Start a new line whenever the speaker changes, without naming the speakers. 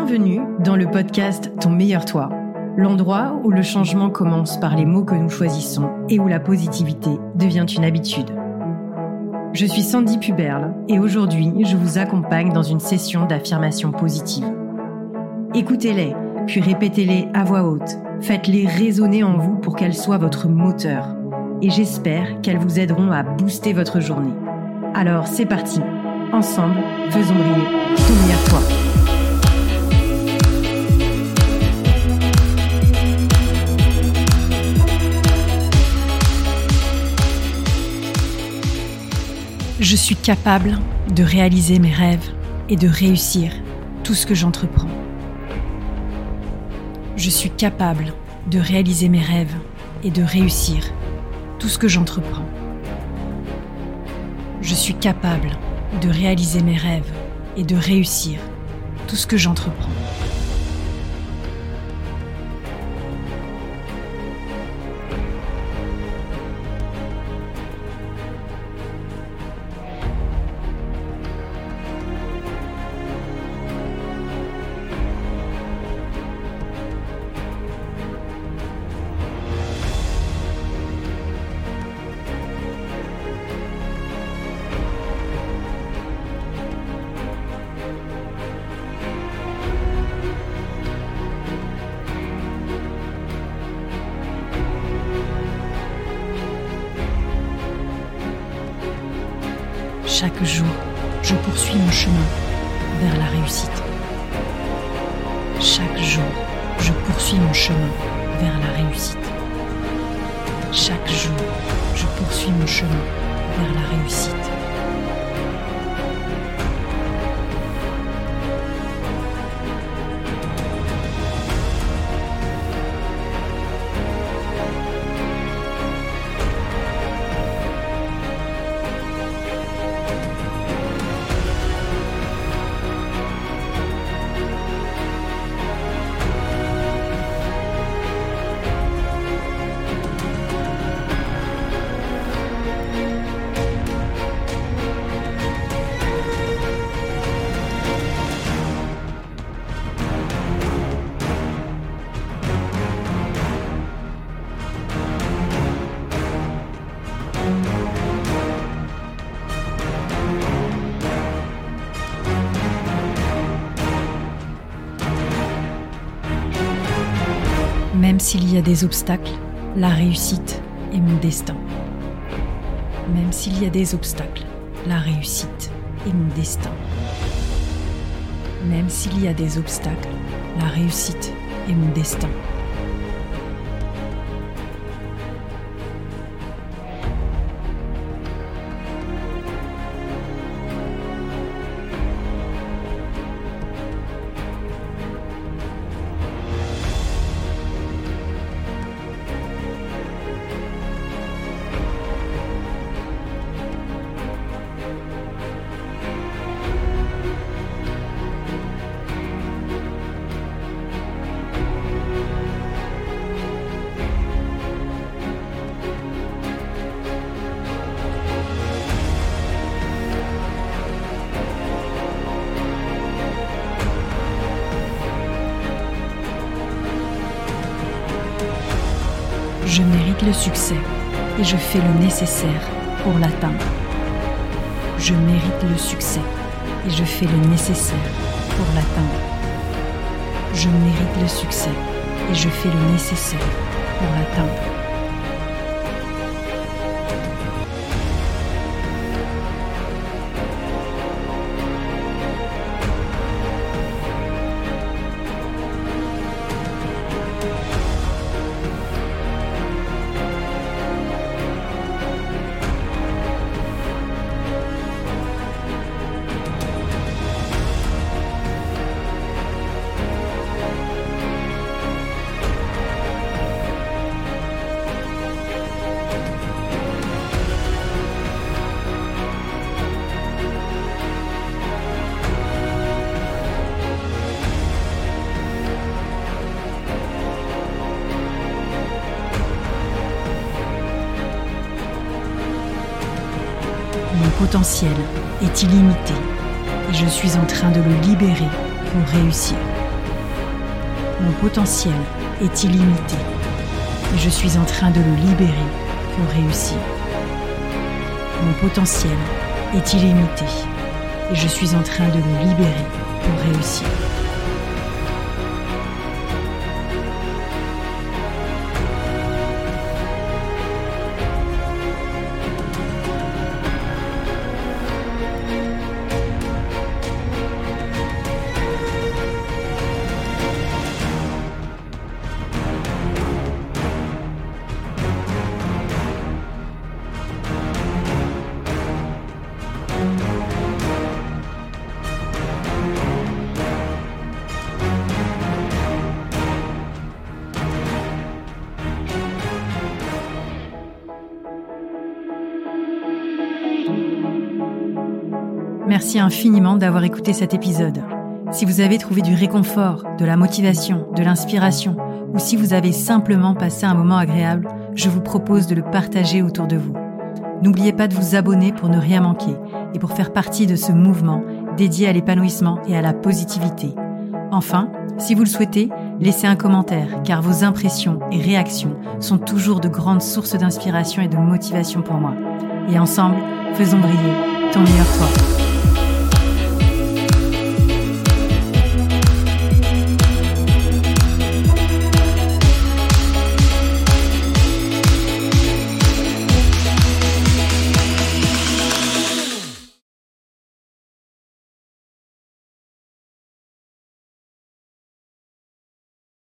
Bienvenue dans le podcast Ton meilleur toi, l'endroit où le changement commence par les mots que nous choisissons et où la positivité devient une habitude. Je suis Sandy Puberle et aujourd'hui, je vous accompagne dans une session d'affirmations positives. Écoutez-les, puis répétez-les à voix haute. Faites-les résonner en vous pour qu'elles soient votre moteur. Et j'espère qu'elles vous aideront à booster votre journée. Alors, c'est parti. Ensemble, faisons briller ton meilleur toi. Je suis capable de réaliser mes rêves et de réussir tout ce que j'entreprends. Je suis capable de réaliser mes rêves et de réussir tout ce que j'entreprends. Je suis capable de réaliser mes rêves et de réussir tout ce que j'entreprends. Chaque jour, je poursuis mon chemin vers la réussite. Chaque jour, je poursuis mon chemin vers la réussite. Chaque jour, je poursuis mon chemin vers la réussite. Même s'il y a des obstacles, la réussite est mon destin. Même s'il y a des obstacles, la réussite est mon destin. Même s'il y a des obstacles, la réussite est mon destin. Je mérite le succès et je fais le nécessaire pour l'atteindre. Je mérite le succès et je fais le nécessaire pour l'atteindre. Je mérite le succès et je fais le nécessaire pour l'atteindre. Mon potentiel est illimité et je suis en train de le libérer pour réussir. Mon potentiel est illimité et je suis en train de le libérer pour réussir. Mon potentiel est illimité et je suis en train de le libérer pour réussir. Merci infiniment d'avoir écouté cet épisode. Si vous avez trouvé du réconfort, de la motivation, de l'inspiration, ou si vous avez simplement passé un moment agréable, je vous propose de le partager autour de vous. N'oubliez pas de vous abonner pour ne rien manquer et pour faire partie de ce mouvement dédié à l'épanouissement et à la positivité. Enfin, si vous le souhaitez, laissez un commentaire, car vos impressions et réactions sont toujours de grandes sources d'inspiration et de motivation pour moi. Et ensemble, faisons briller ton meilleur toi.